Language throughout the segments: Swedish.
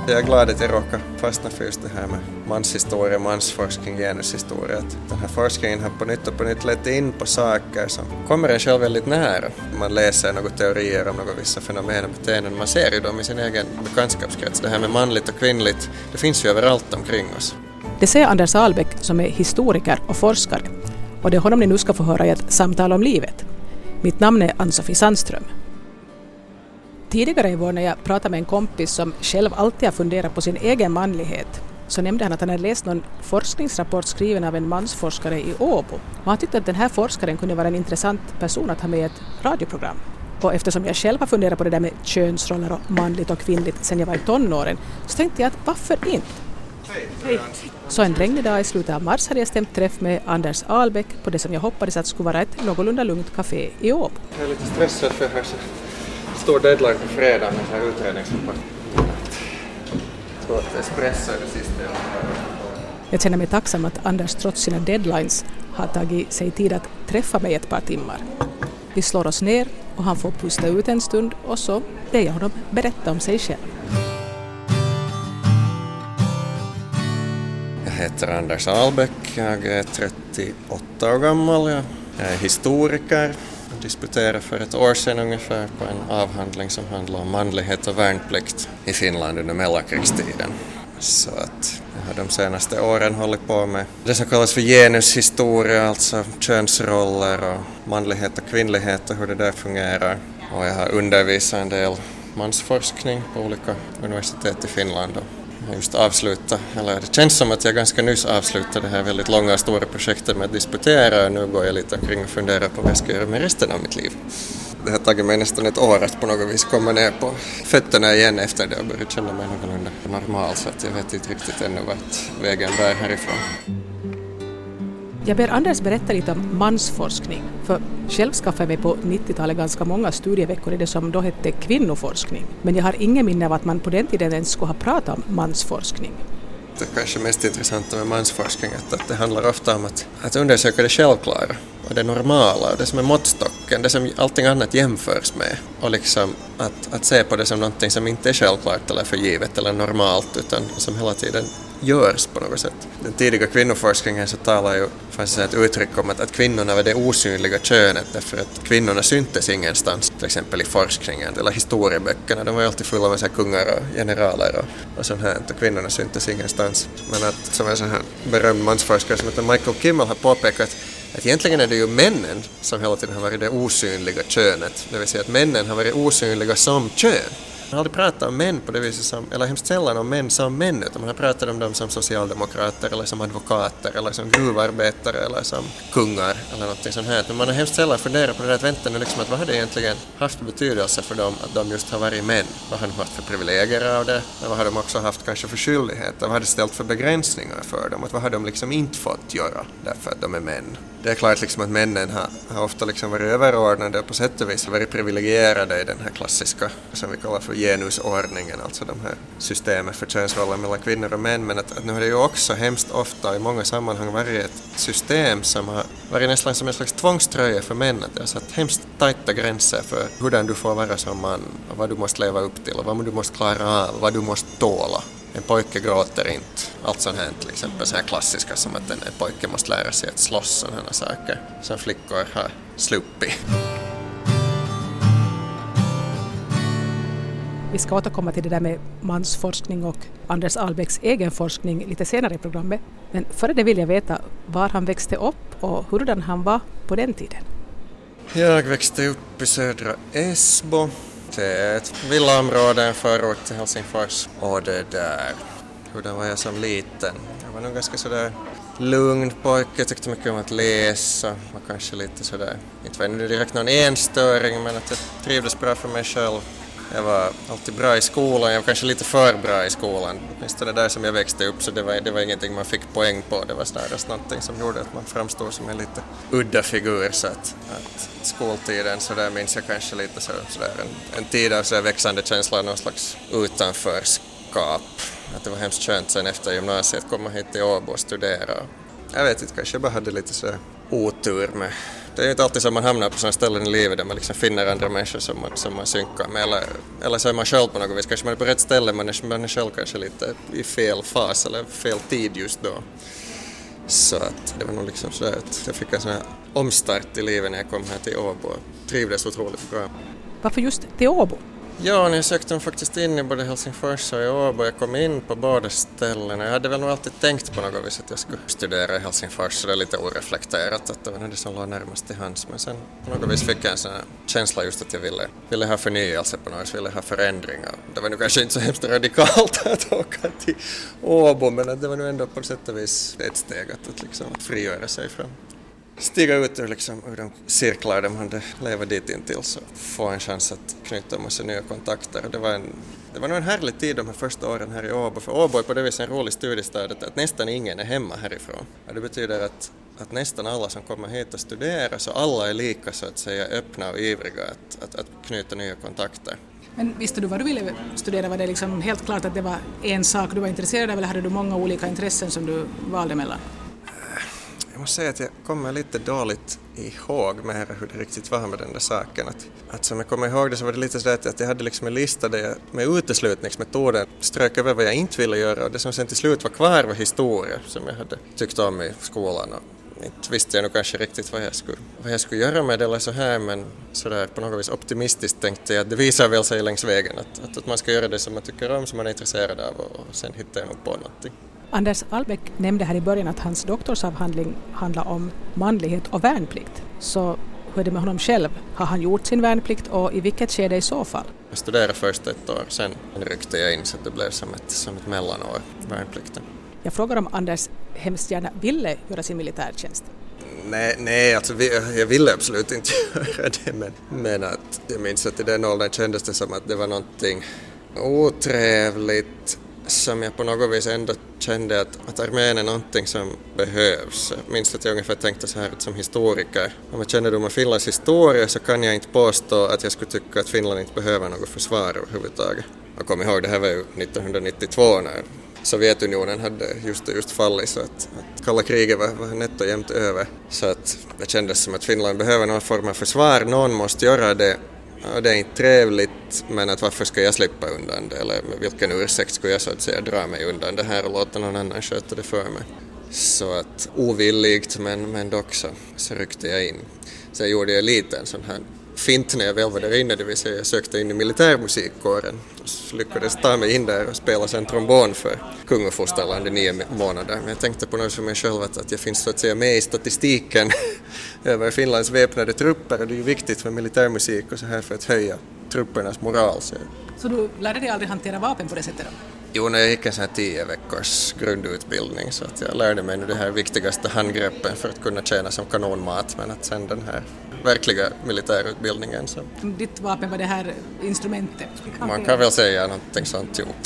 Jag är glad att jag råkar fastna för just det här med manshistoria, mansforskning, genushistoria. Att den här forskningen har på nytt lett in på saker som kommer en själv väldigt nära. Man läser några teorier om några vissa fenomen och beteenden. Man ser ju dem i sin egen bekantskapskrets. Det här med manligt och kvinnligt, det finns ju överallt omkring oss. Det säger Anders Ahlbeck som är historiker och forskare. Och det är honom ni nu ska få höra i ett samtal om livet. Mitt namn är Ann-Sofie Sandström. Tidigare i vår när jag pratade med en kompis som själv alltid har funderat på sin egen manlighet så nämnde han att han hade läst någon forskningsrapport skriven av en mansforskare i Åbo. Och han tyckte att den här forskaren kunde vara en intressant person att ha med i ett radioprogram. Och eftersom jag själv har funderat på det där med könsroller och manligt och kvinnligt sedan jag var i tonåren så tänkte jag att varför inte? Hej. Så en regnig dag i slutet av mars hade jag stämt träff med Anders Ahlbeck på det som jag hoppades att skulle vara ett någorlunda lugnt café i Åbo. Jag är lite stressad för jag har så stor deadline på fredag med den här utredningsrapporten. Jag tror att espresso är det sista jag har. Jag känner mig tacksam att Anders trots sina deadlines har tagit sig tid att träffa mig ett par timmar. Vi slår oss ner och han får pusta ut en stund och så ber jag honom berätta om sig själv. Jag heter Anders Ahlbeck, jag är 38 år gammal, jag är historiker. Jag disputerade för ett år sedan ungefär på en avhandling som handlar om manlighet och värnplikt i Finland under mellankrigstiden. Så att jag har de senaste åren hållit på med det som kallas för genushistoria, alltså könsroller och manlighet och kvinnlighet och hur det där fungerar. Och jag har undervisat en del mansforskning på olika universitet i Finland. Jag har just avslutat, eller det känns som att jag ganska nyss avslutade det här väldigt långa och stora projektet med att disputera och nu går jag lite omkring och funderar på vad jag ska göra med resten av mitt liv. Det har tagit mig nästan ett år att på något vis komma ner på fötterna igen efter det och börja känna mig någorlunda normal så att jag vet inte riktigt ännu vart vägen bär härifrån. Jag ber Anders berätta lite om mansforskning, för själv skaffade jag mig på 90-talet ganska många studieveckor i det som då hette kvinnoforskning. Men jag har ingen minne av att man på den tiden ens skulle ha pratat om mansforskning. Det kanske mest intressanta med mansforskning är att det handlar ofta om att undersöka det självklara och det normala, det som är måttstocken, det som allting annat jämförs med. Och liksom att se på det som någonting som inte är självklart eller förgivet eller normalt utan som hela tiden görs på något sätt. Den tidiga kvinnoforskningen så talar ju fanns ett uttryck om att kvinnorna var det osynliga könet därför att kvinnorna syntes ingenstans, till exempel i forskningen eller historieböckerna. De var ju alltid fulla med så här kungar och generaler och sånt här, och kvinnorna syntes ingenstans. Men att som en sån här berömd mansforskare som heter Michael Kimmel har påpekat att egentligen är det ju männen som hela tiden har varit det osynliga könet, det vill säga att männen har varit osynliga som kön. Man har aldrig pratat om män på det viset som, eller hemskt sällan om män som män, utan man har pratat om dem som socialdemokrater eller som advokater eller som gruvarbetare eller som kungar eller någonting sånt här. Men man har hemskt sällan funderat på det där att vänta nu liksom att vad har det egentligen haft betydelse för dem att de just har varit män? Vad har de haft för privilegier av det? Vad har de också haft kanske för skyldigheter? Vad har det ställt för begränsningar för dem? Att vad har de liksom inte fått göra därför att de är män? Det är klart liksom att männen har ofta liksom varit överordnade och på sätt och vis varit privilegierade i den här klassiska som vi kallar för genusordningen, alltså de här systemet för könsroller mellan kvinnor och män. Men att nu har det ju också hemskt ofta i många sammanhang varit ett system som har varit nästan som en slags tvångströja för män. Att det har satt hemskt tajta gränser för hur du får vara som man och vad du måste leva upp till och vad du måste klara av, vad du måste tåla. En pojke gråter inte. Allt sånt här till exempel så här klassiska som att en pojke måste lära sig att slåss sådana här saker som flickor har sluppit. Vi ska återkomma till det där med mansforskning och Anders Ahlbecks egen forskning lite senare i programmet. Men före det vill jag veta var han växte upp och hurdan han var på den tiden. Jag växte upp i södra Esbo. Det är ett villaområde, en förort till Helsingfors. Och det där, hur var jag som liten? Jag var nog ganska sådär lugn pojke, jag tyckte mycket om att läsa. Var kanske lite sådär, inte var jag direkt någon enstöring, men att jag trivdes bra för mig själv. Jag var alltid bra i skolan, jag var kanske lite för bra i skolan. Just det där som jag växte upp så det var ingenting man fick poäng på. Det var snarast någonting som gjorde att man framstod som en lite udda figur. Så att skoltiden så där minns jag kanske lite sådär en tid av så växande känsla av någon slags utanförskap. Att det var hemskt skönt sen efter gymnasiet komma hit till Åbo och studera. Jag vet inte, kanske jag bara hade lite så otur Det är ju inte alltid som man hamnar på sådana ställen i livet där man liksom finner andra människor som man synkar med. Eller så är man själv på något vis. Kanske man är på rätt ställe men man är själv kanske lite i fel fas eller fel tid just då. Så att det var nog liksom så att jag fick en sån här omstart i livet när jag kom här till Åbo. Trivdes otroligt bra. Varför just till Åbo? Ja, när jag sökte faktiskt in i både Helsingfors och i Åbo. Jag kom in på båda ställena. Jag hade väl nog alltid tänkt på något vis att jag skulle studera i Helsingfors. Så det är lite oreflekterat att det var det som låg närmast till hands. Men sen på något vis fick jag en sån här känsla just att jag ville ha förnyelse på något vis. Ville ha förändringar. Det var nu kanske inte så hemskt radikalt att åka till Åbo. Men det var nu ändå på sätt och vis ett steg att liksom frigöra sig från. Stiga ut ur de cirklar de hade levat dit intill så få en chans att knyta en massa nya kontakter. Det var nog en härlig tid de här första åren här i Åbo. För Åbo är på det viset en rolig studiestad att nästan ingen är hemma härifrån. Och det betyder att nästan alla som kommer hit och studerar så alla är lika så att säga öppna och ivriga att knyta nya kontakter. Men visste du vad du ville studera? Var det liksom helt klart att det var en sak du var intresserad av eller hade du många olika intressen som du valde mellan? Jag måste säga att jag kommer lite dåligt ihåg med hur det riktigt var med den där saken. Att som jag kommer ihåg det så var det lite så att jag hade liksom en lista där jag med uteslutningsmetoden strök över vad jag inte ville göra och det som sen till slut var kvar var historia som jag hade tyckt om i skolan. Och inte visste jag nog kanske riktigt vad jag skulle göra med det eller så här men sådär på något vis optimistiskt tänkte jag att det visar väl sig längs vägen att man ska göra det som man tycker om, som man är intresserad av och sen hittar jag nog på någonting. Anders Albeck nämnde här i början att hans doktorsavhandling handlar om manlighet och värnplikt. Så hur är det med honom själv? Har han gjort sin värnplikt och i vilket skede i så fall? Jag studerade först ett år, sen ryckte jag in så att det blev som ett mellanår, värnplikten. Jag frågar om Anders hemskt gärna ville göra sin militärtjänst. Nej, alltså jag ville absolut inte göra det men att jag minns att i den åldern kändes det som att det var någonting otrevligt som jag på något vis ändå kände att armén är någonting som behövs. Jag minns att jag ungefär tänkte så här som historiker. Om jag känner om Finlands historia så kan jag inte påstå att jag skulle tycka att Finland inte behöver något försvar överhuvudtaget. Jag kommer ihåg det här var ju 1992 när Sovjetunionen hade just fallit så att kalla kriget var nätt och jämnt över. Så att det kändes som att Finland behöver någon form av försvar. Någon måste göra det. Och det är inte trevligt, men att varför ska jag slippa undan det? Eller med vilken ursäkt skulle jag så att säga dra mig undan det här och låta någon annan sköta det för mig? Så att ovilligt, men dock så ryckte jag in. Så jag gjorde lite en sån här fint när jag väl var där inne, det vill säga jag sökte in i militärmusikkåren. Så lyckades ta mig in där och spela sen trombon för kung och fosterland i 9 månader. Men jag tänkte på något för mig själv att jag finns så att säga med i statistiken över Finlands väpnade trupper. Och det är ju viktigt för militärmusik och så här för att höja truppernas moral. Så du lärde dig aldrig hantera vapen på det sättet då? Jo, när jag gick en sån här 10 veckors grundutbildning så att jag lärde mig nu det här viktigaste handgreppen för att kunna tjäna som kanonmat, men att sen den här verkliga militärutbildningen så... Ditt vapen var det här instrumentet? Man kan väl säga någonting sånt, jo.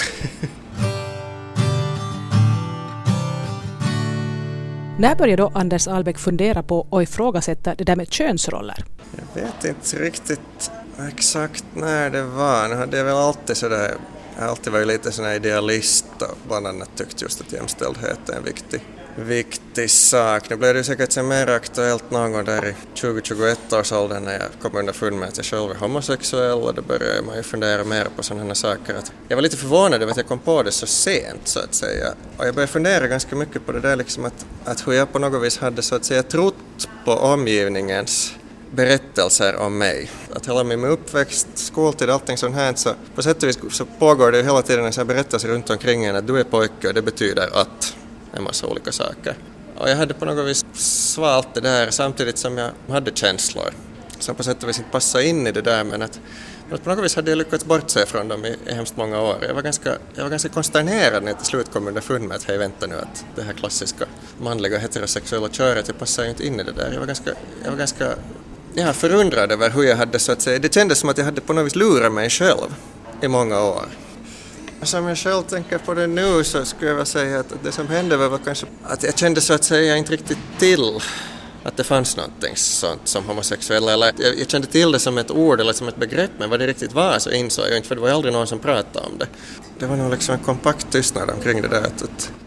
När började då Anders Albeck fundera på och ifrågasätta det där med könsroller? Jag vet inte riktigt exakt när det var. Det är väl alltid sådär... Jag har alltid varit lite sån här idealist och bland annat tyckt just att jämställdhet är en viktig sak. Nu blev det säkert så mer aktuellt någon gång där i 20-21 års åldern när jag kom underfund med att jag själv är homosexuell och då började man ju fundera mer på sådana här saker. Jag var lite förvånad över att jag kom på det så sent så att säga. Och jag började fundera ganska mycket på det där liksom att hur jag på något vis hade så att säga trott på omgivningens berättelser om mig. Att hela min uppväxt, skoltid, allting sånt här så på sätt och vis så pågår det ju hela tiden en sån här berättelse runt omkring en att du är pojke och det betyder att en massa olika saker. Och jag hade på något vis svalt det där samtidigt som jag hade känslor som på sätt och vis inte passade in i det där men att på något vis hade jag lyckats bortse från dem i hemskt många år. Jag var ganska konsternerad när jag till slut kom underfund med att hej vänta nu att det här klassiska manliga heterosexuella köret jag passar ju inte in i det där. Jag var ganska förundrad över hur jag hade så att säga, det kändes som att jag hade på något vis lurat mig själv i många år. Som jag själv tänker på det nu så skulle jag väl säga att det som hände var kanske att jag kände så att säga inte riktigt till att det fanns någonting sånt som homosexuella. Eller jag kände till det som ett ord eller som ett begrepp men vad det riktigt var så insåg jag inte för det var aldrig någon som pratade om det. Det var nog liksom en kompakt tystnad omkring det där att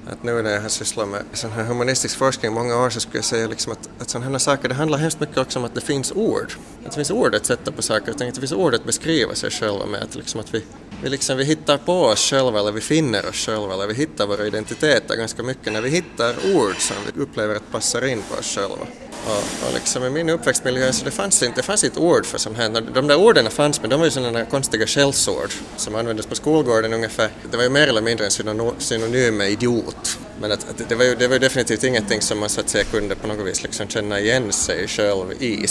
Att nu när jag har sysslat med sån här humanistisk forskning många år så skulle jag säga liksom att sådana här saker, det handlar hemskt mycket också om att det finns ord. Att det finns ord att sätta på saker och ting, att det finns ord att beskriva sig själva med. Att, liksom att vi hittar på oss själva eller vi finner oss själva eller vi hittar våra identiteter ganska mycket när vi hittar ord som vi upplever att passar in på oss själva. Och liksom i min uppväxtmiljö så det fanns inte ord för sånt här. De där orden fanns men de var ju sådana konstiga skällsord som användes på skolgården ungefär. Det var ju mer eller mindre en synonym med idiot. Men det var ju definitivt ingenting som man så att säga kunde på något vis liksom känna igen sig själv i.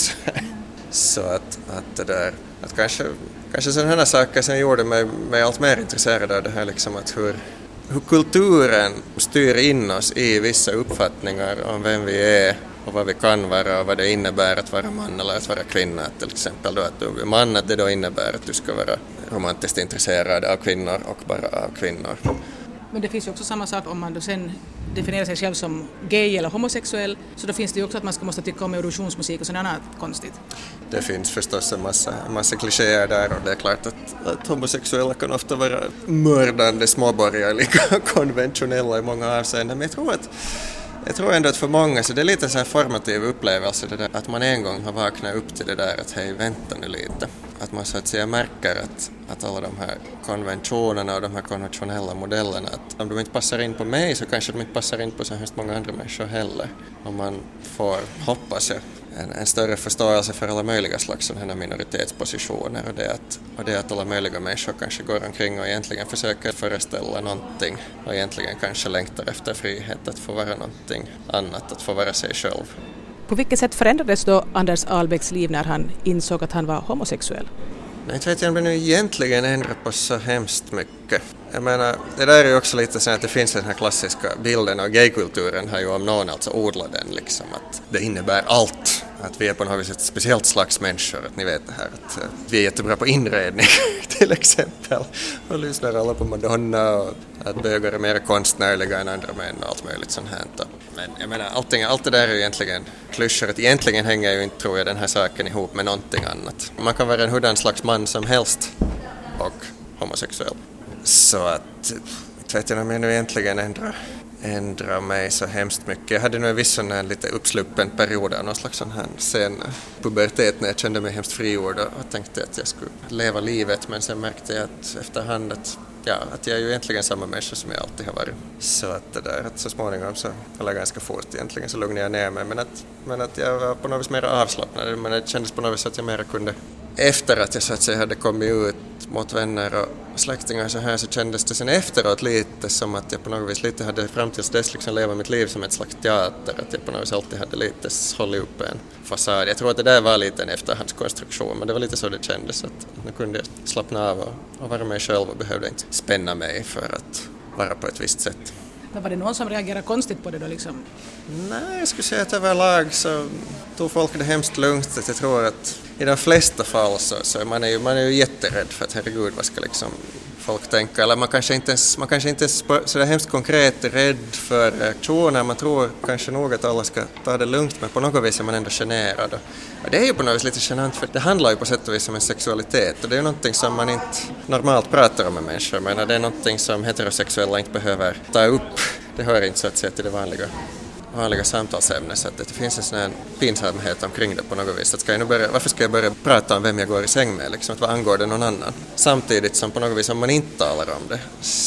Så att det där, att kanske sådana här saker som gjorde mig allt mer intresserad av det här liksom att hur kulturen styr in oss i vissa uppfattningar om vem vi är och vad vi kan vara och vad det innebär att vara man eller att vara kvinna. Till exempel då att du är man, att det då innebär att du ska vara romantiskt intresserad av kvinnor och bara av kvinnor. Men det finns ju också samma sak om man då sen definierar sig själv som gay eller homosexuell, så då finns det ju också att man måste tycka om Eurovisionsmusik och sånt annat konstigt. Det finns förstås en massa klichéer där och det är klart att homosexuella kan ofta vara mördande småborgerliga konventionella i många avseenden, men jag tror ändå att för många så det är lite en sån här formativ upplevelse det där, att man en gång har vaknat upp till det där att hej, vänta nu lite. Att man så att säga märker att alla de här konventionerna och de här konventionella modellerna, att om de inte passar in på mig så kanske de inte passar in på så hemskt många andra människor heller. Om man får, hoppas jag, en större förståelse för alla möjliga slags sådana minoritetspositioner och det att alla möjliga människor kanske går omkring och egentligen försöker föreställa någonting och egentligen kanske längtar efter frihet att få vara någonting annat, att få vara sig själv. På vilket sätt förändrades då Anders Ahlbäcks liv när han insåg att han var homosexuell? Jag vet inte om det nu egentligen ändrar på så hemskt mycket. Jag menar, det där är ju också lite så att det finns den här klassiska bilden av gaykulturen har ju om någon alltså odlat den liksom att det innebär allt. Att vi är på något vis ett speciellt slags människor, att ni vet det här att vi är jättebra på inredning till exempel och lyssnar alla på Madonna och att bögar är mer konstnärliga än andra män och allt möjligt sånt här. Men jag menar, allt det där är ju egentligen klyschor, att egentligen hänger ju inte, tror jag, den här saken ihop med någonting annat. Man kan vara en hurdan slags man som helst och homosexuell. Så att, jag vet inte om jag nu egentligen ändra mig så hemskt mycket. Jag hade nog en viss sån här lite uppsluppen period av någon slags sån här sen pubertet när jag kände mig hemskt frigjord och tänkte att jag skulle leva livet, men sen märkte jag att efterhand att jag är ju egentligen samma människa som jag alltid har varit. Så att det där, att så småningom så, eller ganska fort egentligen, så lugnade jag ner mig, men att jag var på något vis mer avslappnad, men det kändes på något vis att jag mer kunde, efter att jag så att säga hade kommit ut mot vänner och släktingar så här, så kändes det sen efteråt lite som att jag på något vis lite hade fram tills dess liksom leva mitt liv som ett slags teater, att jag på något vis alltid hade lite hållit upp en fasad. Jag tror att det där var lite en efterhandskonstruktion, men det var lite så det kändes, att nu kunde jag slappna av och vara mig själv och behövde inte spänna mig för att vara på ett visst sätt. Var det någon som reagerade konstigt på det då liksom? Nej, jag skulle säga att överlag så tog folk det hemskt lugnt. Jag tror att i de flesta fall så man är ju jätterädd för att herregud, vad ska liksom folk tänka. Eller man kanske inte är så hemskt konkret rädd för reaktioner. Man tror kanske nog att alla ska ta det lugnt, men på något vis är man ändå generad. Och det är ju på något vis lite genant, för det handlar ju på sätt och vis om en sexualitet. Och det är ju någonting som man inte normalt pratar om med människor. Men det är någonting som heterosexuella inte behöver ta upp. Det hör inte så att säga till det vanliga samtalsämnet, så att det finns en sån här pinsamhet omkring det på något vis. Att varför ska jag börja prata om vem jag går i säng med, liksom, att vad angår det någon annan? Samtidigt som på något vis, om man inte talar om det,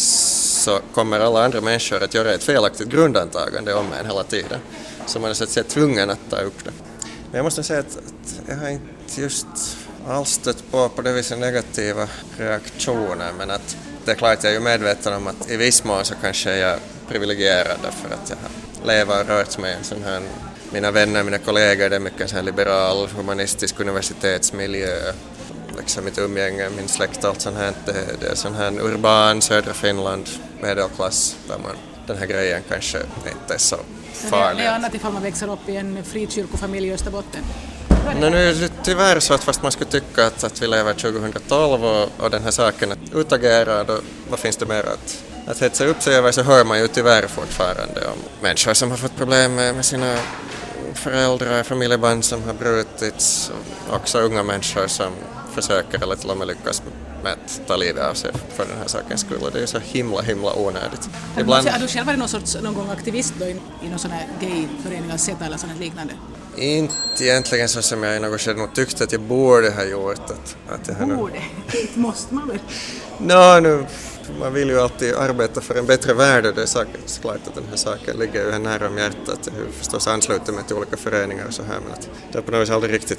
så kommer alla andra människor att göra ett felaktigt grundantagande om en hela tiden. Så man är så att säga tvungen att ta upp det. Men jag måste säga att jag har inte just alls stött på det viset negativa reaktioner, men att det är klart jag är ju medveten om att i viss mån så kanske jag är privilegierad för att jag har levat och rört mig i en sån här, mina vänner, mina kollegor, det är mycket sån här liberal, humanistisk universitetsmiljö, liksom mitt umgänge, min släkt och allt sånt här, det är sån här urban, södra Finland, medelklass, där den här grejen kanske inte är så farlig. Det är annat ifall man växer upp i en frikyrkofamilj i Österbotten. Nu är det tyvärr så att fast man skulle tycka att vi lever 2012 och den här saken att utagera, då vad finns det mer att hetsa upp sig över, så hör man ju tyvärr fortfarande om människor som har fått problem med sina föräldrar, familjeband som har brutits, och också unga människor som försöker eller till och med lyckas med att ta livet av sig för den här sakens skull. Och det är ju så himla onödigt. Har du själv varit någon gång aktivist då i någon sån här gayföreningar sett eller sånt liknande? Inte egentligen så som jag i något skede nog tyckte att jag borde ha gjort. Att jag borde? Inte måste man väl? Nu, man vill ju alltid arbeta för en bättre värld och det är klart att den här saken ligger ju nära om hjärtat. Jag har förstås anslutit mig till olika föreningar och så här, men att det har på något vis aldrig riktigt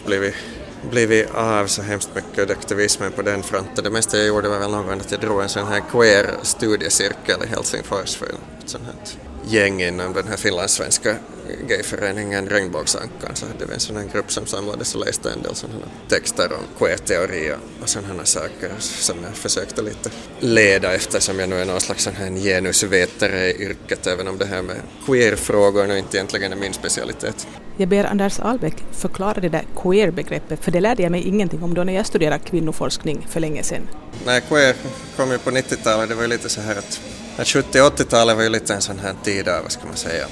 blivit av så hemskt mycket aktivismen på den fronten. Det mesta jag gjorde var väl någon gång att jag drog en sån här queer-studiecirkel i Helsingfors för ett sånt här gäng inom den här finlandssvenska gayföreningen Regnbågsankan, så hade vi en sån här grupp som samlades och läste en del sådana texter om queer-teori och sådana saker som jag försökte lite leda efter, som jag nu är någon slags sån här genusvetare i yrket, även om det här med queer-frågor nu inte egentligen är min specialitet. Jag ber Anders Albeck förklara det där queer-begreppet, för det lärde jag mig ingenting om då när jag studerade kvinnoforskning för länge sedan. Nej, queer kom ju på 90-talet, det var ju lite så här att 70-80-talet var ju lite en sån här tid av, vad ska man säga,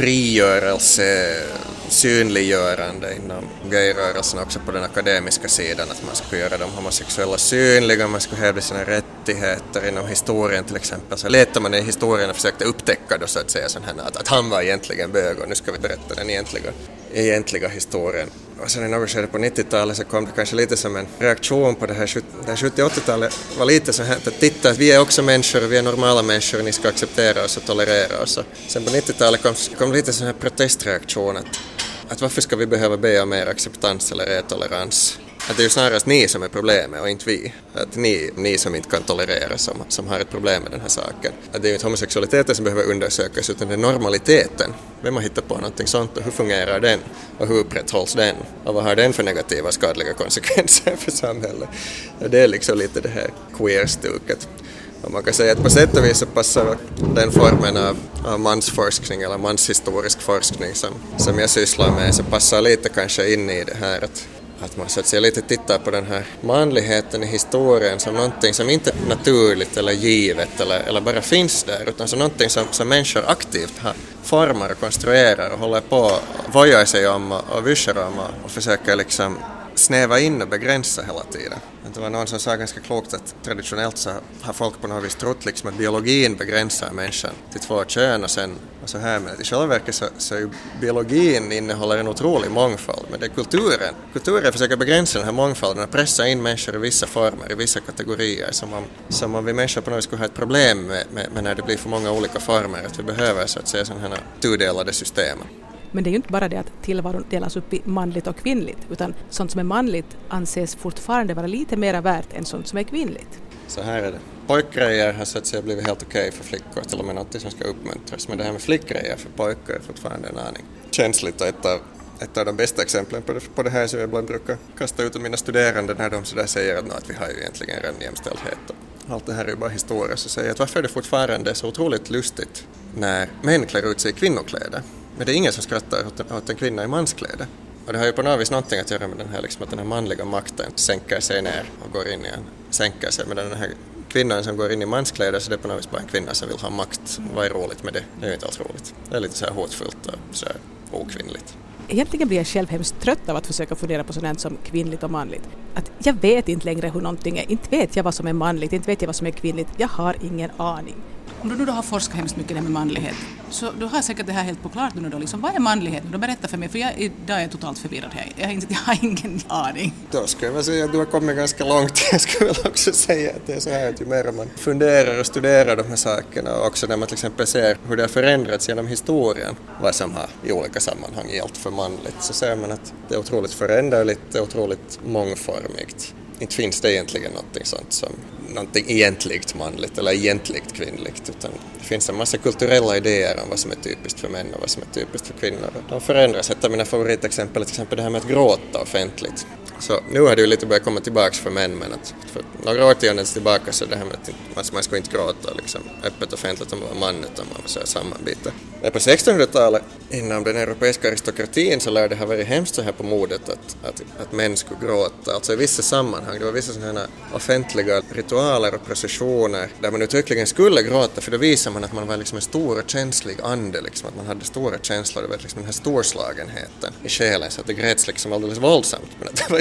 frigörelse, synliggörande inom gayrörelsen också på den akademiska sidan, att man skulle göra de homosexuella synliga, man skulle hävda sina rättigheter inom historien till exempel. Så letar man i historien och försökte upptäcka då, så att säga, sån här, att han var egentligen bög och nu ska vi berätta den egentliga historien. Och sen i något skede på 90-talet så kom det kanske lite som en reaktion på det här 70-80-talet var lite så här att titta, att vi är också människor, vi är normala människor och ni ska acceptera oss och tolerera oss. Och sen på 90-talet kom lite så här protestreaktion att varför ska vi behöva be om mer acceptans eller tolerans? Att det är ju snarast ni som är problemet och inte vi. Att ni som inte kan tolerera som har ett problem med den här saken. Att det är ju inte homosexualiteten som behöver undersökas utan det är normaliteten. Vem har hittat på någonting sånt och hur fungerar den? Och hur upprätthålls den? Och vad har den för negativa skadliga konsekvenser för samhället? Och det är liksom lite det här queer-stuket. Och man kan säga att på sätt och vis så passar den formen av mansforskning eller manshistorisk forskning som jag sysslar med, så passar lite kanske in i det här att man så att säga lite tittar på den här manligheten i historien som någonting som inte är naturligt eller givet eller bara finns där, utan som någonting som människor aktivt formar och konstruerar och håller på och vojar sig om och vyschar om och försöker liksom snäva in och begränsa hela tiden. Det var någon som sa ganska klokt att traditionellt så har folk på något vis trott liksom att biologin begränsar människan till 2 kön och så här, men i själva verket så är ju biologin innehåller en otrolig mångfald, men det är kulturen försöker begränsa den här mångfalden och pressa in människor i vissa former, i vissa kategorier, som om vi människor på något vis skulle ha ett problem med när det blir för många olika former, att vi behöver så att säga sådana här tudelade system. Men det är ju inte bara det att tillvaron delas upp i manligt och kvinnligt, utan sånt som är manligt anses fortfarande vara lite mer värt än sånt som är kvinnligt. Så här är det. Pojkgrejer har så att säga blivit helt okej för flickor, till och med något som ska uppmuntras. Men det här med flickgrejer för pojkar är fortfarande en aning känsligt, och ett av de bästa exemplen på det här som jag ibland brukar kasta ut av mina studerande när de så där säger att vi har ju egentligen redan jämställdhet. Allt det här är ju bara historia, så säger jag att varför är det fortfarande så otroligt lustigt när män klär ut sig i kvinnokläder? Men det är ingen som skrattar åt en kvinna i manskläder. Och det har ju på något vis någonting att göra med den här, liksom, att den här manliga makten sänker sig ner och går in igen. Sänker sig med den här kvinnan som går in i manskläder, så det är på något vis bara en kvinna som vill ha makt. Vad är roligt med det? Det är ju inte alls roligt. Det är lite så här hotfullt och så här okvinnligt. Egentligen blir jag själv hemskt trött av att försöka fundera på sådant som kvinnligt och manligt. Att jag vet inte längre hur någonting är. Inte vet jag vad som är manligt, inte vet jag vad som är kvinnligt. Jag har ingen aning. Om du nu då har forskat hemskt mycket det med manlighet, så du har säkert det här helt på klart nu då. Liksom, vad är manlighet? Du berättar för mig, för idag är totalt förvirrad här. Jag har ingen aning. Då skulle jag säga att du har kommit ganska långt. Jag skulle väl också säga att det är så här att ju mer man funderar och studerar de här sakerna, och också när man till exempel ser hur det har förändrats genom historien, vad som har i olika sammanhang gällt för manligt, så ser man att det är otroligt föränderligt, det är otroligt mångformigt. Inte finns det egentligen någonting sånt som någonting egentligt manligt eller egentligt kvinnligt, utan det finns en massa kulturella idéer om vad som är typiskt för män och vad som är typiskt för kvinnor. De förändras. Ett av mina favoritexempel är till exempel det här med att gråta offentligt. Så nu har det ju lite börjat komma tillbaka för män, men att för några årtionden tillbaka så det här med att man ska inte gråta liksom öppet offentligt om man var man, utan man var så här sammanbiten. Men på 1600-talet inom den europeiska aristokratin så lär det ha varit hemskt så här på modet att män skulle gråta. Alltså i vissa sammanhang, det var vissa sådana här offentliga ritualer och processioner där man uttryckligen skulle gråta, för då visar man att man var liksom en stor och känslig ande, liksom, att man hade stora känslor, det var liksom den här storslagenheten i själen, så att det gräts liksom alldeles våldsamt. Men att det var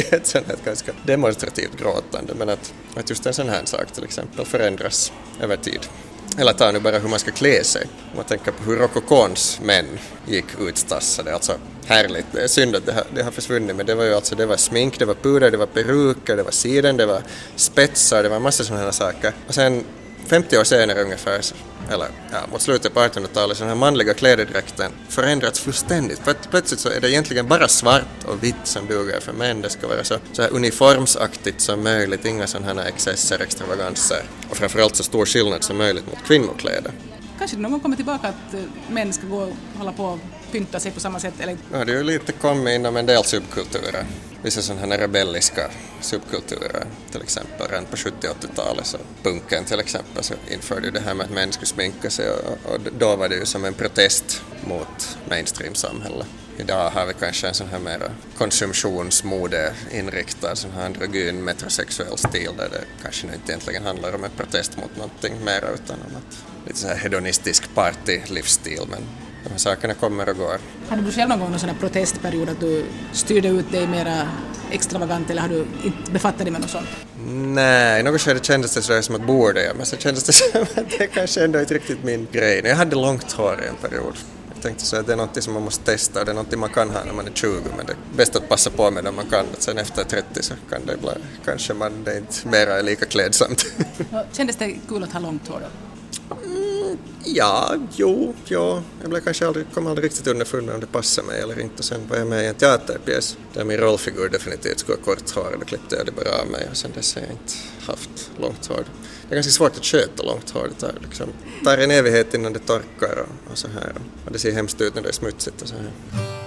är ett sånt här ganska demonstrativt gråtande, men att just en sån här sak till exempel förändras över tid. Eller ta nu bara hur man ska klä sig. Om man tänker på hur rokokons män gick utstassade. Alltså härligt. Det är synd att det har försvunnit, men det var ju alltså, det var smink, det var puder, det var peruker, det var siden, det var spetsar, det var massa sådana här saker. Och sen 50 år senare ungefär, eller mot slutet på 1800-talet, så den här manliga klädedräkten förändrats fullständigt. För att plötsligt så är det egentligen bara svart och vitt som duger för män. Det ska vara så här uniformsaktigt som möjligt, inga sådana här excesser, extravaganser. Och framförallt så stor skillnad som möjligt mot kvinnokläder. Kanske det någon gång kommer tillbaka att män ska gå och hålla på och pynta sig på samma sätt? Eller? Ja, det är ju lite kommit inom en del subkulturer. Vissa sådana här rebelliska subkulturer, till exempel redan på 70-80-talet, så punken till exempel, så införde ju det här med att män skulle sminka sig och då var det ju som en protest mot mainstream-samhället. Idag har vi kanske en sån här mer konsumtionsmode-inriktad, sån här androgyn metrosexuell stil där det kanske nu inte egentligen handlar om en protest mot någonting mer utan om att lite så här hedonistisk party-livsstil, men de här sakerna kommer och går. Hade du själv någon gång en sån här protestperiod att du styrde ut dig mera extravagant eller har du inte befattat dig med något sånt? Nej, något skede kändes det sådär som att borde jag, men så kändes det som att det kanske ändå inte riktigt min grej. Jag hade långt hår i en period. Jag tänkte så att det är något som man måste testa och det är något man kan ha när man är 20, men det är bäst att passa på med det man kan. Sen efter 30 så kan det bli, kanske man det inte mera är lika klädsamt. Kändes det kul att ha långt hår då? Ja. Jag kom aldrig riktigt underfund om det passade mig eller inte. Sen var jag med i en teaterpjäs där min rollfigur definitivt skulle ha kort hår, och då klippte jag det bara av mig, och sen dess har jag inte haft långt hår. Det är ganska svårt att sköta långt hår, det tar en evighet innan det torkar och så här. Och det ser hemskt ut när det är smutsigt och så här.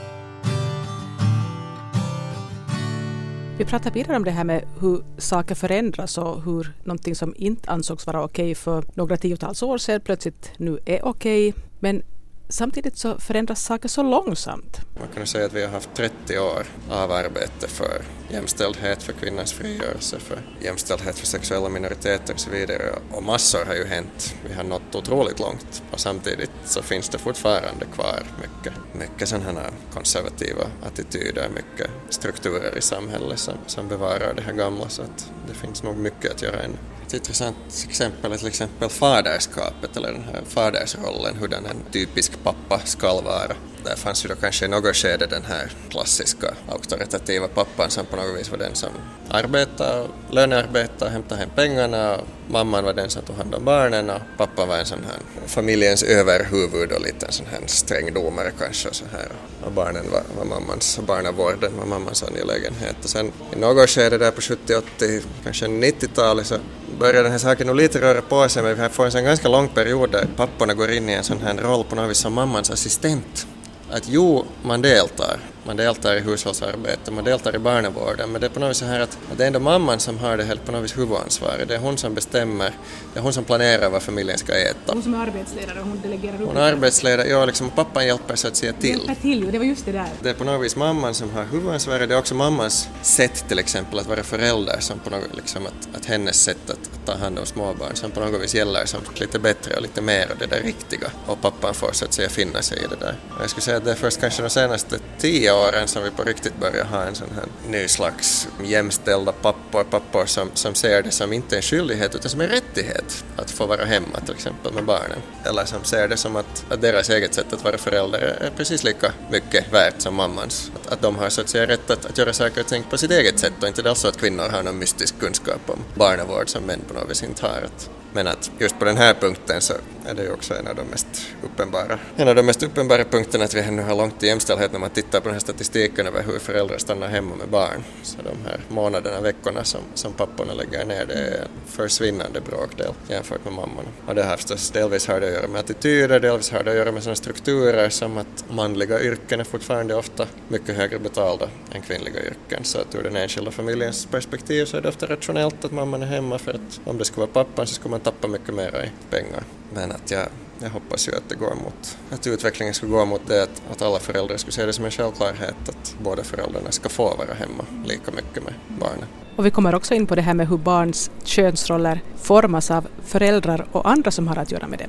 Vi pratar vidare om det här med hur saker förändras och hur någonting som inte ansågs vara okej för några tiotals år sedan plötsligt nu är okej. Men samtidigt så förändras saker så långsamt. Man kan säga att vi har haft 30 år av arbete för jämställdhet, för kvinnans frigörelse, för jämställdhet för sexuella minoriteter och så vidare. Och massor har ju hänt. Vi har nått otroligt långt. Och samtidigt så finns det fortfarande kvar mycket sådana här konservativa attityder, mycket strukturer i samhället som bevarar det här gamla. Så att det finns nog mycket att göra ännu. Ett intressant exempel är till exempel faderskapet, eller den här fadersrollen, hur den en typisk pappa ska vara. Där fanns ju då kanske i något skede den här klassiska auktoritativa pappan som på något vis var den som arbetade, lönearbetade, hämtade hem pengarna. Mamman var den som tog hand om barnen och pappan var en sån här familjens överhuvud och lite en sån här sträng domare kanske. Och så här. Och barnen var mammans, barnavården var mammans angelägenhet. Och sen i något skede där på 70-80, kanske 90-talet så börjar den här saken nog lite röra på sig, men vi får en sån ganska lång period där papporna går in i en sån här roll på något vis som mammans assistent. Att man deltar i hushållsarbete, man deltar i barnavården, men det är på något vis så här att det är ändå mamman som har det helt på något vis huvudansvaret. Det är hon som bestämmer, det är hon som planerar vad familjen ska äta. Hon som är arbetsledare och hon delegerar upp. Hon är arbetsledare, ja, liksom, och pappan hjälper så att säga till. Hjälper till, det var just det där. Det är på något vis mamman som har huvudansvaret, det är också mammans sätt till exempel att vara förälder, som på något liksom att hennes sätt att ta hand om småbarn som på något vis gäller som lite bättre och lite mer och det där riktiga. Och pappan får så att säga finna sig i det där. Jag skulle säga att det är först kanske de senaste 10 åren som vi på riktigt börjar ha en sån här ny slags jämställda pappor som ser det som inte en skyldighet utan som en rättighet att få vara hemma till exempel med barnen. Eller som ser det som att deras eget sätt att vara förälder är precis lika mycket värt som mammans. Att de har så att säga rätt att göra saker och ting på sitt eget sätt och inte alls så att kvinnor har någon mystisk kunskap om barnavård som män på något vis inte har. Men att just på den här punkten så är det ju också en av de mest uppenbara punkterna att vi ännu har långt till jämställdhet när man tittar på den här statistiken över hur föräldrar stannar hemma med barn. Så de här månaderna, veckorna som papporna lägger ner, det är en försvinnande bråkdel jämfört med mammorna. Och det här förstås delvis har det att göra med attityder, delvis har det att göra med sådana strukturer som att manliga yrken är fortfarande ofta mycket högre betalda än kvinnliga yrken. Så att ur den enskilda familjens perspektiv så är det ofta rationellt att mamman är hemma, för att om det skulle vara pappan så skulle man tappa mycket mer i pengar. Men att jag hoppas ju att utvecklingen ska gå mot det att alla föräldrar skulle se det som en självklarhet att båda föräldrarna ska få vara hemma lika mycket med barnen. Och vi kommer också in på det här med hur barns könsroller formas av föräldrar och andra som har att göra med dem.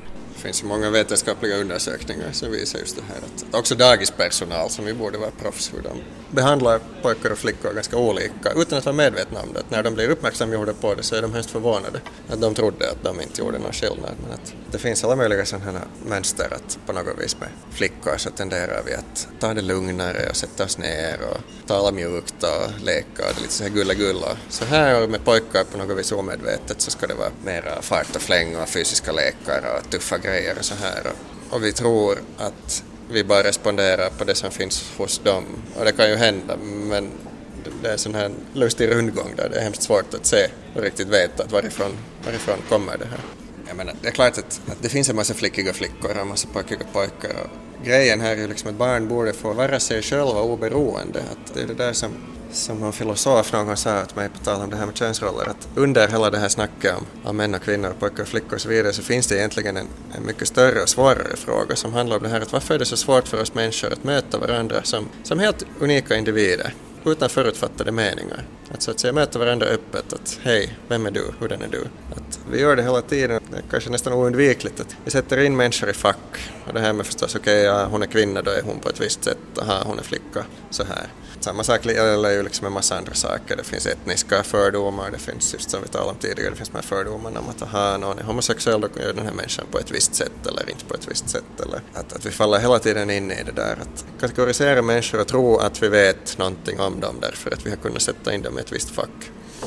finns ju många vetenskapliga undersökningar som visar just det här att också dagispersonal som ju borde vara proffs, hur de behandlar pojkar och flickor ganska olika utan att vara medvetna om det. Att när de blir uppmärksamgjorda på det så är de helst förvånade att de trodde att de inte gjorde någon skillnad. Men att det finns alla möjliga sådana här mönster att på något vis med flickor så tenderar vi att ta det lugnare och sätta oss ner och tala mjukt och leka och lite så här gulla. Så här med pojkar på något vis omedvetet så ska det vara mera fart och fläng och fysiska lekar och tuffa grejer och så här. Och vi tror att vi bara responderar på det som finns hos dem. Och det kan ju hända, men det är en sån här lustig rundgång där det är hemskt svårt att se och riktigt veta att varifrån kommer det här. Jag menar, det är klart att det finns en massa flickiga flickor och en massa pojkiga pojkar. Och grejen här är ju liksom att barn borde få vara sig själva oberoende. Att det är det där som någon filosof någon gång sa åt mig på tal om det här med könsroller, att under hela det här snacket om män och kvinnor, pojkar och flickor och så vidare så finns det egentligen en mycket större och svårare fråga som handlar om det här att varför är det så svårt för oss människor att möta varandra som helt unika individer utan förutfattade meningar. Att så att säga möta varandra öppet, att hej, vem är du, hurdan är du? Att vi gör det hela tiden, det är kanske nästan oundvikligt att vi sätter in människor i fack. Och det här med förstås, ja, hon är kvinna, då är hon på ett visst sätt, hon är flicka, så här. Samma sak gäller ju liksom en massa andra saker. Det finns etniska fördomar, det finns just som vi talade om tidigare, det finns de här fördomarna om att någon är homosexuell, då gör den här människan på ett visst sätt eller inte på ett visst sätt. Eller att vi faller hela tiden in i det där, att kategorisera människor och tro att vi vet någonting om dem därför att vi har kunnat sätta in dem i ett visst fack.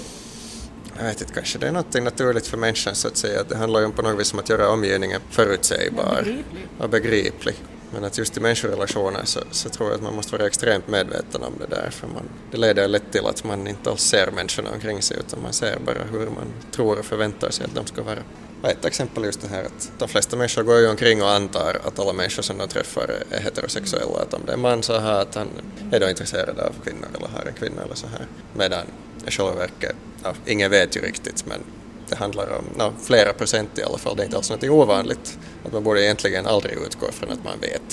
Jag vet inte, kanske det är något naturligt för människan så att säga. Det handlar ju på något vis om att göra omgivningen förutsägbar och begriplig. Men att just i människorelationer så tror jag att man måste vara extremt medveten om det där. För det leder lätt till att man inte alls ser människorna omkring sig utan man ser bara hur man tror och förväntar sig att de ska vara. Och ett exempel är just det här att de flesta människor går ju omkring och antar att alla människor som de träffar är heterosexuella. Att om det är en man så här att han är då intresserad av kvinnor eller har en kvinna eller så här. Medan i själva verket, ingen vet ju riktigt men det handlar om flera procent i alla fall. Det är inte alls något ovanligt. Att man borde egentligen aldrig utgå från att man vet.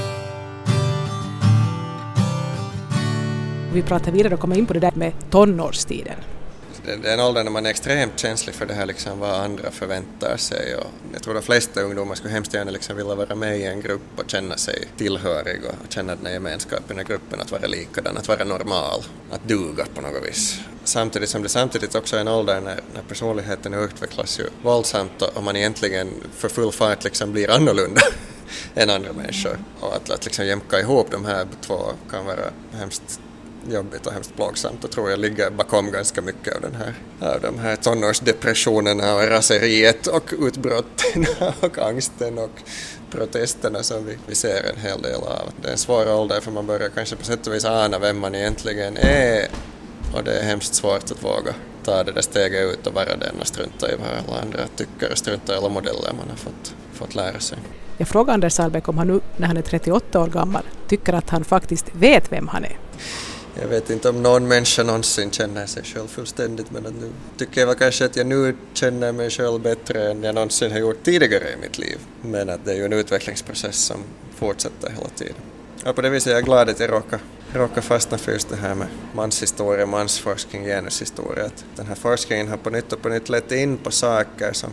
Vi pratar vidare och kommer in på det där med tonårstiden. Det är en ålder när man är extremt känslig för det här liksom, vad andra förväntar sig. Och jag tror de flesta ungdomar skulle hemskt gärna liksom vilja vara med i en grupp och känna sig tillhörig och känna den här gemenskapen i gruppen, att vara likadan, att vara normal, att duga på något vis. Samtidigt som det samtidigt också är en ålder när personligheten utvecklas ju våldsamt och man egentligen för full fart liksom blir annorlunda än andra människor. Och att liksom jämka ihop de här två kan vara hemskt jobbigt och hemskt plågsamt och tror jag ligger bakom ganska mycket av de här tonårsdepressionerna och raseriet och utbrotten och angsten och protesterna som vi ser en hel del av. Det är en svår ålder för man börjar kanske på sätt och vis ana vem man egentligen är och det är hemskt svårt att våga ta det där steget ut och vara den och strunta i vad alla andra tycker och strunta i alla modeller man har fått lära sig. Jag frågar Anders Sahlbeck om han nu när han är 38 år gammal tycker att han faktiskt vet vem han är. Jag vet inte om någon människa någonsin känner sig själv fullständigt, men nu tycker jag kanske att jag nu känner mig själv bättre än jag någonsin har gjort tidigare i mitt liv. Men att det är ju en utvecklingsprocess som fortsätter hela tiden. Och på det viset är jag glad att jag råkar fastna för just det här med manshistoria, mansforskning, genushistoria. Att den här forskningen har på nytt lett in på saker som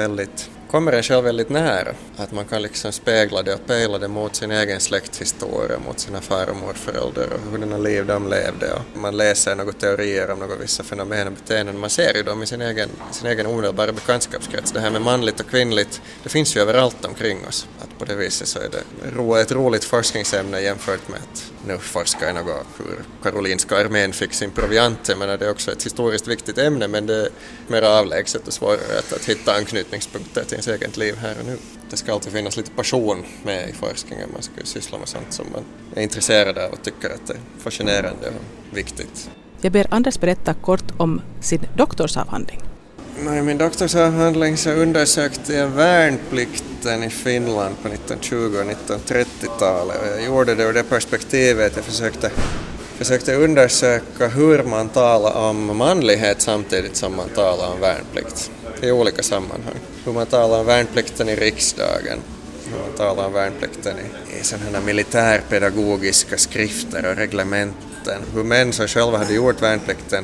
kommer en själv väldigt nära. Att man kan liksom spegla det och pejla det mot sin egen släkthistoria, mot sina far- och morföräldrar och hur den liv de levde. Och man läser några teorier om några vissa fenomen och beteenden. Man ser ju dem i sin egen omedelbara bekantskapskrets. Det här med manligt och kvinnligt, det finns ju överallt omkring oss. Att på det viset så är det ett roligt forskningsämne jämfört med att nu forskar jag något hur Karolinska armén fick sin proviant. Men det är också ett historiskt viktigt ämne, men det är mer avlägset och svårare att hitta anknytningspunkter till ens eget liv här och nu. Det ska alltid finnas lite passion med i forskningen. Man ska syssla med sånt som man är intresserad av och tycker att det är fascinerande och viktigt. Jag ber Anders berätta kort om sin doktorsavhandling. I min doktorsavhandling så undersökte jag värnplikten i Finland på 1920- och 1930-talet. Jag gjorde det ur det perspektivet. Jag försökte undersöka hur man talar om manlighet samtidigt som man talar om värnplikt i olika sammanhang. Hur man talar om värnplikten i riksdagen, hur man talar om värnplikten i sådana militärpedagogiska skrifter och reglementen. Hur män som själva hade gjort värnplikten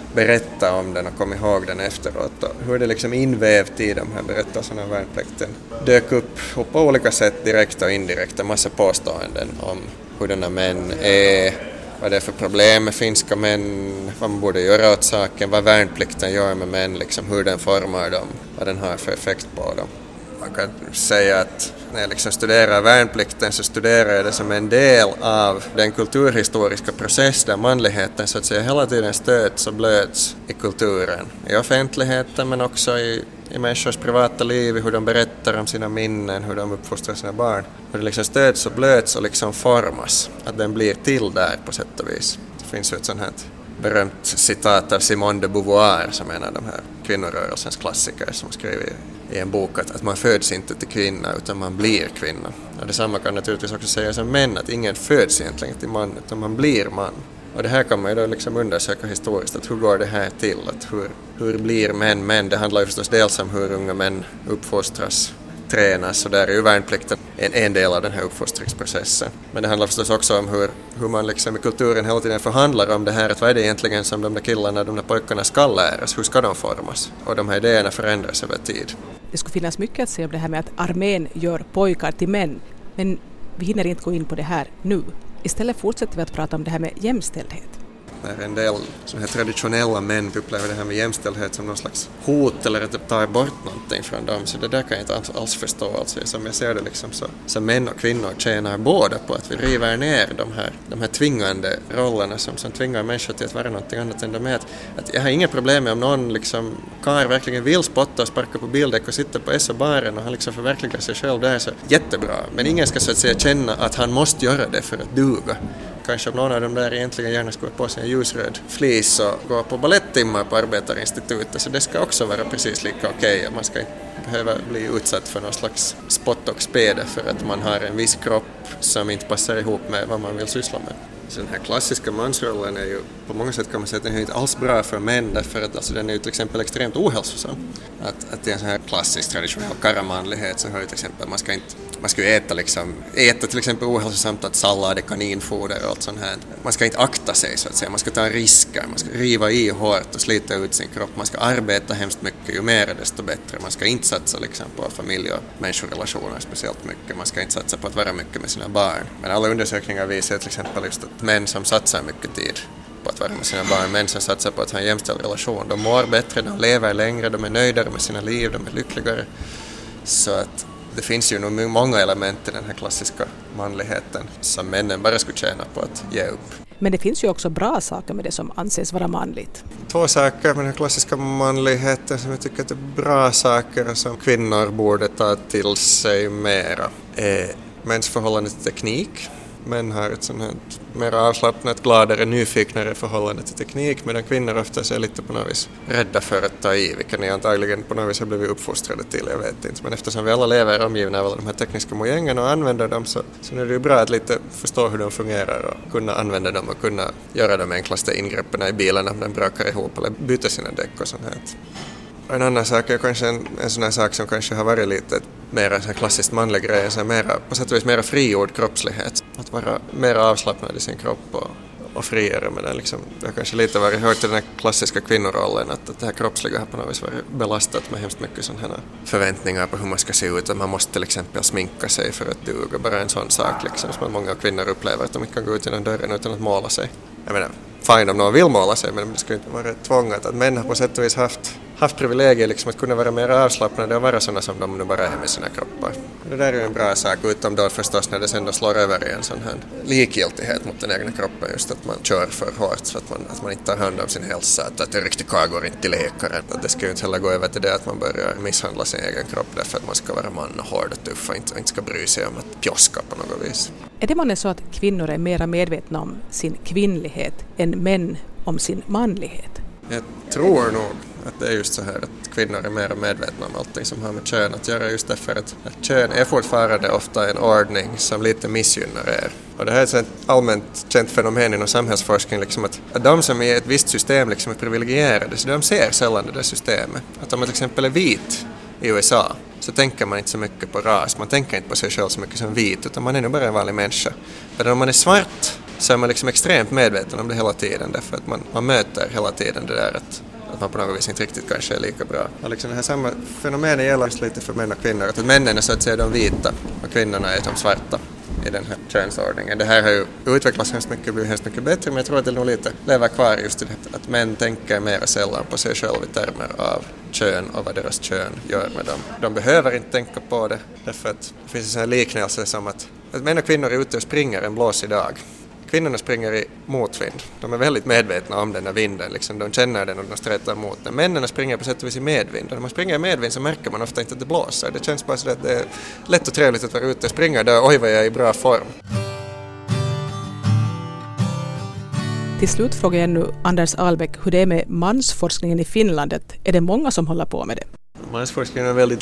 berätta om den och kom ihåg den efteråt. Och hur det liksom invävt i de här berättelserna av värnplikten dök upp på olika sätt, direkt och indirekt, en massa påståenden om hurdana män är, vad det är för problem med finska män, vad man borde göra åt saken, vad värnplikten gör med män, liksom hur den formar dem, vad den har för effekt på dem. Man kan säga att när jag liksom studerar värnplikten så studerar jag det som en del av den kulturhistoriska process där manligheten så att säga hela tiden stöts och blöts i kulturen, i offentligheten men också i människors privata liv, hur de berättar om sina minnen, hur de uppfostrar sina barn. Hur det liksom stöds och blöts och liksom formas, att den blir till där på sätt och vis. Det finns ju ett sånt här berömt citat av Simone de Beauvoir som är en av de här kvinnorörelsens klassiker som skriver i en bok att man föds inte till kvinna utan man blir kvinna. Och detsamma kan naturligtvis också sägas om män, att ingen föds egentligen till man utan man blir man. Och det här kan man ju då liksom undersöka historiskt, att hur går det här till, att hur blir män? Det handlar ju förstås dels om hur unga män uppfostras, tränas, och där är ju värnplikten en del av den här uppfostringsprocessen. Men det handlar förstås också om hur man liksom i kulturen hela tiden förhandlar om det här, att vad är det egentligen som de där killarna, de där pojkarna ska läras, hur ska de formas? Och de här idéerna förändras över tid. Det skulle finnas mycket att säga om det här med att armén gör pojkar till män, men vi hinner inte gå in på det här nu. Istället fortsätter vi att prata om det här med jämställdhet. När en del som här traditionella män upplever det här med jämställdhet som någon slags hot eller att det tar bort någonting från dem, så det där kan jag inte alls förstå. Alltså, som jag ser det liksom så män och kvinnor tjänar båda på att vi river ner de här tvingande rollerna som tvingar människor till att vara någonting annat än de är. Att jag har inga problem med om någon liksom karl verkligen vill spotta och sparka på bildäck och sitta på SO-baren och han liksom förverkligar sig själv, det är så jättebra. Men ingen ska så att säga känna att han måste göra det för att duga. Kanske om någon av dem där egentligen gärna skulle på sig en ljusröd flis och gå på balletttimmar på Arbetarinstitutet, så det ska också vara precis lika okej. Man ska inte behöva bli utsatt för någon slags spott och spede för att man har en viss kropp som inte passar ihop med vad man vill syssla med. Så den här klassiska mansrollen är ju på många sätt, kan man säga att den är inte alls bra för män, därför att alltså, den är ju till exempel extremt ohälsosam. Att det är en sån här klassisk traditionell karramanlighet som hör till exempel, man ska ju äta till exempel ohälsosamt, att sallad är kaninfoder och allt sånt här. Man ska inte akta sig så att säga, man ska ta risker, man ska riva i hårt och slita ut sin kropp, man ska arbeta hemskt mycket, ju mer desto bättre. Man ska inte satsa liksom på familj- och människorelationer speciellt mycket, man ska inte satsa på att vara mycket med sina barn. Men alla undersökningar visar till exempel just att män som satsar mycket tid på att vara med sina barn, män som satsar på att ha en jämställd relation, de mår bättre, de lever längre, de är nöjdare med sina liv, de är lyckligare. Så att det finns ju nog många element i den här klassiska manligheten som männen bara skulle tjäna på att ge upp. Men det finns ju också bra saker med det som anses vara manligt. Två saker med den klassiska manligheten som jag tycker att är bra saker och som kvinnor borde ta till sig mera är mäns förhållande till teknik. Män har ett sånt här mer avslappnat, gladare, nyfiknare förhållande till teknik, medan kvinnor ofta är lite på något vis rädda för att ta i, vilka ni antagligen på något vis har blivit uppfostrade till, jag vet inte. Men eftersom vi alla lever omgivna av alla de här tekniska mojängerna och använder dem så är det ju bra att lite förstå hur de fungerar och kunna använda dem och kunna göra de enklaste ingreppen i bilen om den brakar ihop eller byta sina däck och sånt här. En annan sak är kanske en sån här sak som kanske har varit lite mer klassiskt manlig grej, så mera, på sätt och vis mera frigjord kroppslighet. Att vara mer avslappnad i sin kropp och friare med den. Liksom. Det har kanske lite varit hört till den här klassiska kvinnorollen att det här kroppsliga har på något vis varit belastat med hemskt mycket sådana här förväntningar på hur man ska se ut. Att man måste till exempel sminka sig för att duga. Bara en sån sak liksom, som många kvinnor upplever, att de inte kan gå ut genom dörren utan att måla sig. Jag menar, fine om någon vill måla sig, men det ska inte vara tvångat. Att män har på sätt och vis haft privilegier liksom att kunna vara mer avslappnade och vara sådana som de nu bara är med sina kroppar. Det där är ju en bra sak, utom då förstås när det sen då slår över i en sån här likgiltighet mot den egna kroppen, just att man kör för hårt så att man inte tar hand om sin hälsa, att en riktig karl går inte till läkaren. Att det ska ju inte heller gå över till det att man börjar misshandla sin egen kropp därför att man ska vara man och hård och tuff och inte ska bry sig om att pjoska på något vis. Är det månne så att kvinnor är mer medvetna om sin kvinnlighet än män om sin manlighet? Jag tror nog att det är just så här att kvinnor är mer medvetna om allting som har med kön att göra, just därför att kön är fortfarande ofta en ordning som lite missgynnar er. Och det här är ett allmänt känt fenomen inom samhällsforskning, liksom att de som är i ett visst system liksom är privilegierade, så de ser sällan det där systemet. Att om man till exempel är vit i USA så tänker man inte så mycket på ras, man tänker inte på sig själv så mycket som vit, utan man är nog bara en vanlig människa. Men om man är svart så är man liksom extremt medveten om det hela tiden, därför att man möter hela tiden det där att man på något vis inte riktigt kanske är lika bra. Och liksom det här samma fenomenet gäller lite för män och kvinnor, att männen är så att säga de vita och kvinnorna är de svarta i den här könsordningen. Det här har ju utvecklats hemskt mycket, blivit hemskt mycket bättre, men jag tror att det nog lite lever kvar just i det, att män tänker mer sällan på sig själva i termer av kön och vad deras kön gör med dem. De behöver inte tänka på det, därför att det finns en sån här liknelse som att män och kvinnor är ute och springer en blåsig dag. Kvinnorna springer i motvind. De är väldigt medvetna om den här vinden. Liksom. De känner den och de stretar mot den. Männen springer på sätt och vis i medvind. Och när man springer i medvind så märker man ofta inte att det blåser. Det känns bara så att det är lätt och trevligt att vara ute och springa där. Oj, vad jag är i bra form. Till slut frågar jag nu Anders Ahlbeck hur det är med mansforskningen i Finland. Är det många som håller på med det? Mansforskningen är väldigt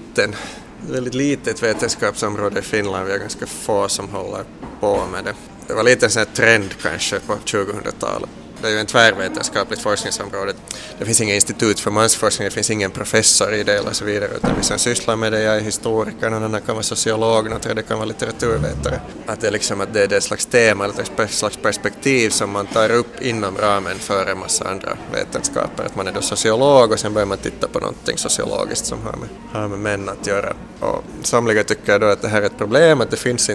litet vetenskapsområde i Finland. Vi är ganska få som håller på med det. Det var lite en sån här trend kanske på 2000-talet. Det är ju en tvärvetenskapligt forskningsområde. Det finns inga institut för mansforskning, det finns ingen professor i det eller så vidare, utan vi som sysslar med det, jag är historiker, någon annan kan vara sociolog, någon tredje kan vara litteraturvetare. Att det är liksom att det är ett slags tema eller ett slags perspektiv som man tar upp inom ramen för en massa andra vetenskaper. Att man är då sociolog och sen börjar man titta på någonting sociologiskt som har med män att göra. Och somliga tycker då att det här är ett problem, att det finns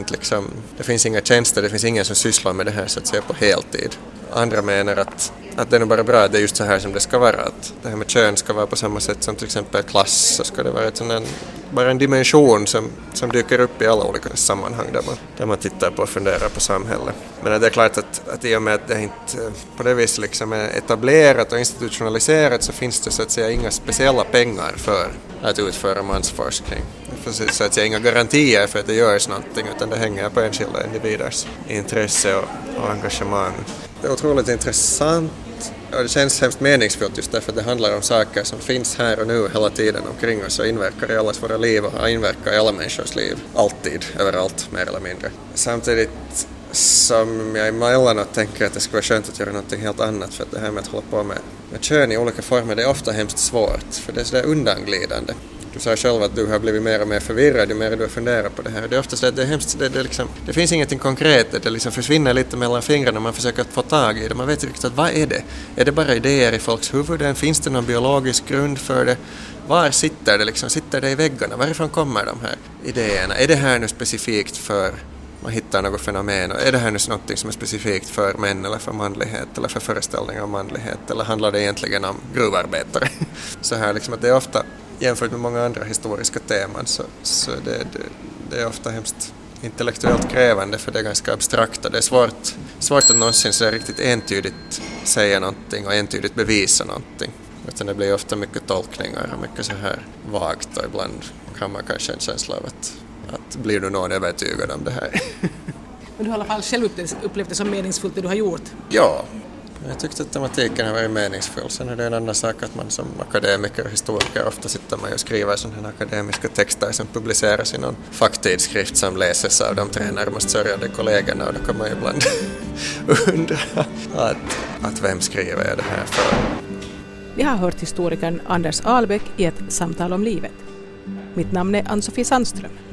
inga tjänster, det finns ingen som sysslar med det här så att säga på heltid. Andra menar att det är nog bara bra att det är just så här som det ska vara. Att det här med kön ska vara på samma sätt som till exempel klass. Så ska det vara bara en dimension som dyker upp i alla olika sammanhang där man tittar på och funderar på samhället. Men det är klart att i och med att det inte på det viset liksom är etablerat och institutionaliserat så finns det så att säga inga speciella pengar för att utföra mansforskning. Det finns så att säga inga garantier för att det görs någonting, utan det hänger på enskilda individers intresse och engagemang. Det är otroligt intressant och det känns hemskt meningsfullt just därför att det handlar om saker som finns här och nu hela tiden omkring oss och inverkar i allas våra liv och har inverkar i alla människors liv. Alltid, överallt, mer eller mindre. Samtidigt som jag emellanåt tänker att det skulle vara skönt att göra något helt annat, för att det här med att hålla på med kön i olika former, det är ofta hemskt svårt för det är sådär undanglidande. Du sa själv att du har blivit mer och mer förvirrad ju mer du har funderat på det här. Det är ofta så att det är hemskt, det finns ingenting konkret, det liksom försvinner lite mellan fingrarna, man försöker få tag i det. Man vet riktigt att vad är det? Är det bara idéer i folks huvuden? Finns det någon biologisk grund för det? Var sitter det liksom? Sitter det i väggarna? Varifrån kommer de här idéerna? Är det här nu specifikt för man hittar något fenomen? Och är det här nu något som är specifikt för män eller för manlighet eller för föreställningar om manlighet? Eller handlar det egentligen om gruvarbetare? Så här liksom att det är ofta jämfört med många andra historiska teman så det är ofta hemskt intellektuellt krävande för det är ganska abstrakt och det är svårt att någonsin så riktigt entydigt säga någonting och entydigt bevisa någonting. Utan det blir ofta mycket tolkningar och mycket så här vagt och ibland kan man kanske en känsla av att blir du någon övertygad om det här. Men du har i alla fall själv upplevt det som meningsfullt det du har gjort? Ja. Jag tyckte att tematiken har varit meningsfull. Sen är det en annan sak att man som akademiker och historiker ofta sitter man och skriver sådana akademiska texter som publiceras i någon facktidskrift som läses av de 3 närmast sörjande kollegorna och då kan man ju ibland undra att vem skriver jag det här för. Vi har hört historikern Anders Ahlbeck i ett samtal om livet. Mitt namn är Ann-Sofie Sandström.